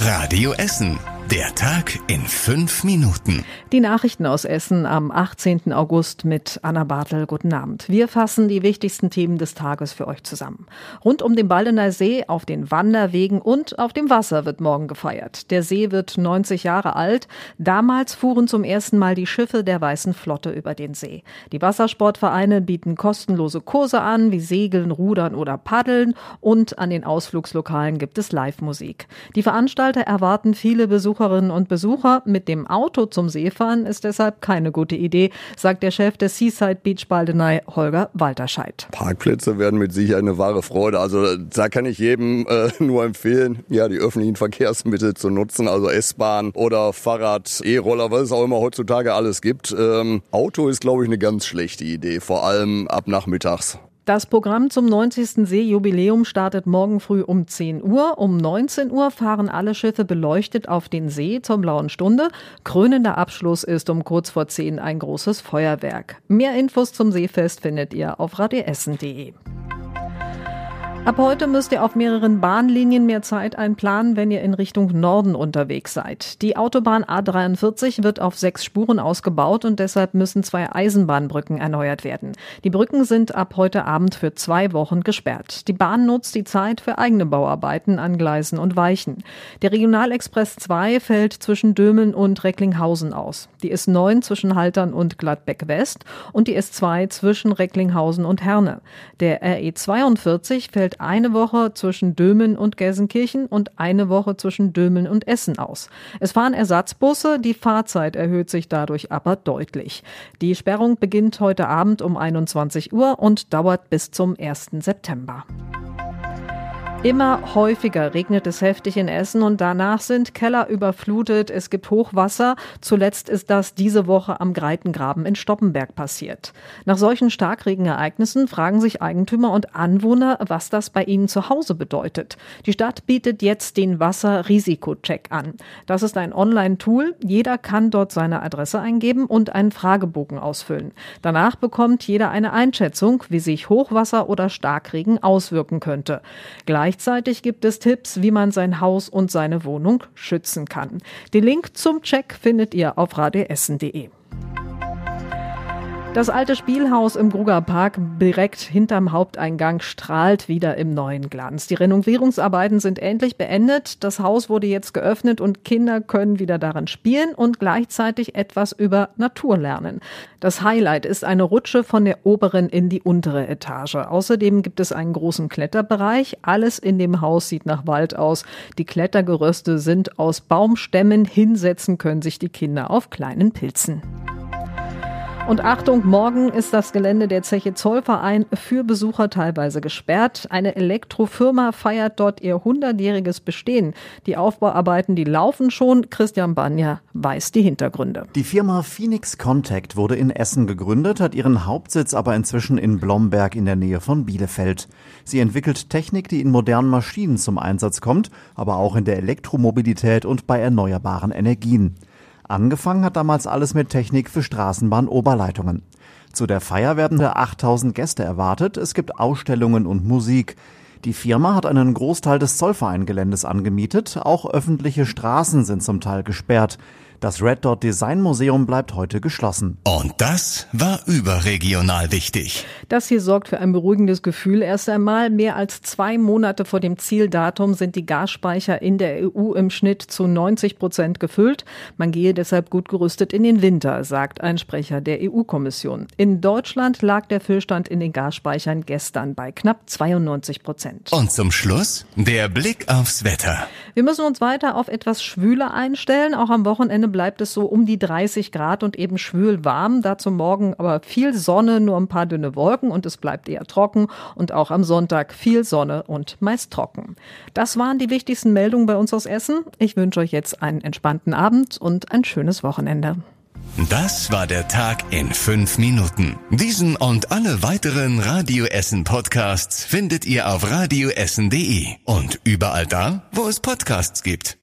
Radio Essen. Der Tag in 5 Minuten. Die Nachrichten aus Essen am 18. August mit Anna Bartel. Guten Abend. Wir fassen die wichtigsten Themen des Tages für euch zusammen. Rund um den Baldener See, auf den Wanderwegen und auf dem Wasser wird morgen gefeiert. Der See wird 90 Jahre alt. Damals fuhren zum ersten Mal die Schiffe der Weißen Flotte über den See. Die Wassersportvereine bieten kostenlose Kurse an, wie Segeln, Rudern oder Paddeln. Und an den Ausflugslokalen gibt es Live-Musik. Die Veranstalter erwarten viele Besucherinnen und Besucher. Mit dem Auto zum See fahren ist deshalb keine gute Idee, sagt der Chef des Seaside Beach Baldeney, Holger Walterscheid. Parkplätze werden mit Sicherheit eine wahre Freude. Also da kann ich jedem nur empfehlen, ja, die öffentlichen Verkehrsmittel zu nutzen, also S-Bahn oder Fahrrad, E-Roller, was es auch immer heutzutage alles gibt. Auto ist, glaube ich, eine ganz schlechte Idee, vor allem ab nachmittags. Das Programm zum 90. Seejubiläum startet morgen früh um 10 Uhr. Um 19 Uhr fahren alle Schiffe beleuchtet auf den See zur blauen Stunde. Krönender Abschluss ist um kurz vor 10 ein großes Feuerwerk. Mehr Infos zum Seefest findet ihr auf radioessen.de. Ab heute müsst ihr auf mehreren Bahnlinien mehr Zeit einplanen, wenn ihr in Richtung Norden unterwegs seid. Die Autobahn A43 wird auf 6 Spuren ausgebaut und deshalb müssen 2 Eisenbahnbrücken erneuert werden. Die Brücken sind ab heute Abend für 2 Wochen gesperrt. Die Bahn nutzt die Zeit für eigene Bauarbeiten an Gleisen und Weichen. Der Regionalexpress 2 fällt zwischen Dömeln und Recklinghausen aus. Die S9 zwischen Haltern und Gladbeck West und die S2 zwischen Recklinghausen und Herne. Der RE 42 fällt eine Woche zwischen Dömen und Gelsenkirchen und eine Woche zwischen Dömeln und Essen aus. Es fahren Ersatzbusse, die Fahrzeit erhöht sich dadurch aber deutlich. Die Sperrung beginnt heute Abend um 21 Uhr und dauert bis zum 1. September. Immer häufiger regnet es heftig in Essen und danach sind Keller überflutet, es gibt Hochwasser. Zuletzt ist das diese Woche am Greitengraben in Stoppenberg passiert. Nach solchen Starkregenereignissen fragen sich Eigentümer und Anwohner, was das bei ihnen zu Hause bedeutet. Die Stadt bietet jetzt den Wasserrisikocheck an. Das ist ein Online-Tool. Jeder kann dort seine Adresse eingeben und einen Fragebogen ausfüllen. Danach bekommt jeder eine Einschätzung, wie sich Hochwasser oder Starkregen auswirken könnte. Gleichzeitig gibt es Tipps, wie man sein Haus und seine Wohnung schützen kann. Den Link zum Check findet ihr auf radioessen.de. Das alte Spielhaus im Grugerpark direkt hinterm Haupteingang strahlt wieder im neuen Glanz. Die Renovierungsarbeiten sind endlich beendet. Das Haus wurde jetzt geöffnet und Kinder können wieder darin spielen und gleichzeitig etwas über Natur lernen. Das Highlight ist eine Rutsche von der oberen in die untere Etage. Außerdem gibt es einen großen Kletterbereich. Alles in dem Haus sieht nach Wald aus. Die Klettergerüste sind aus Baumstämmen. Hinsetzen können sich die Kinder auf kleinen Pilzen. Und Achtung, morgen ist das Gelände der Zeche Zollverein für Besucher teilweise gesperrt. Eine Elektrofirma feiert dort ihr 100-jähriges Bestehen. Die Aufbauarbeiten, die laufen schon. Christian Banja weiß die Hintergründe. Die Firma Phoenix Contact wurde in Essen gegründet, hat ihren Hauptsitz aber inzwischen in Blomberg in der Nähe von Bielefeld. Sie entwickelt Technik, die in modernen Maschinen zum Einsatz kommt, aber auch in der Elektromobilität und bei erneuerbaren Energien. Angefangen hat damals alles mit Technik für Straßenbahn-Oberleitungen. Zu der Feier werden 8.000 Gäste erwartet. Es gibt Ausstellungen und Musik. Die Firma hat einen Großteil des Zollvereingeländes angemietet. Auch öffentliche Straßen sind zum Teil gesperrt. Das Red Dot Design Museum bleibt heute geschlossen. Und das war überregional wichtig. Das hier sorgt für ein beruhigendes Gefühl. Erst einmal mehr als 2 Monate vor dem Zieldatum sind die Gasspeicher in der EU im Schnitt zu 90% gefüllt. Man gehe deshalb gut gerüstet in den Winter, sagt ein Sprecher der EU-Kommission. In Deutschland lag der Füllstand in den Gasspeichern gestern bei knapp 92%. Und zum Schluss der Blick aufs Wetter. Wir müssen uns weiter auf etwas Schwüle einstellen. Auch am Wochenende bleibt es so um die 30 Grad und eben schwül warm. Dazu morgen aber viel Sonne, nur ein paar dünne Wolken und es bleibt eher trocken. Und auch am Sonntag viel Sonne und meist trocken. Das waren die wichtigsten Meldungen bei uns aus Essen. Ich wünsche euch jetzt einen entspannten Abend und ein schönes Wochenende. Das war der Tag in 5 Minuten. Diesen und alle weiteren Radio Essen Podcasts findet ihr auf radioessen.de und überall da, wo es Podcasts gibt.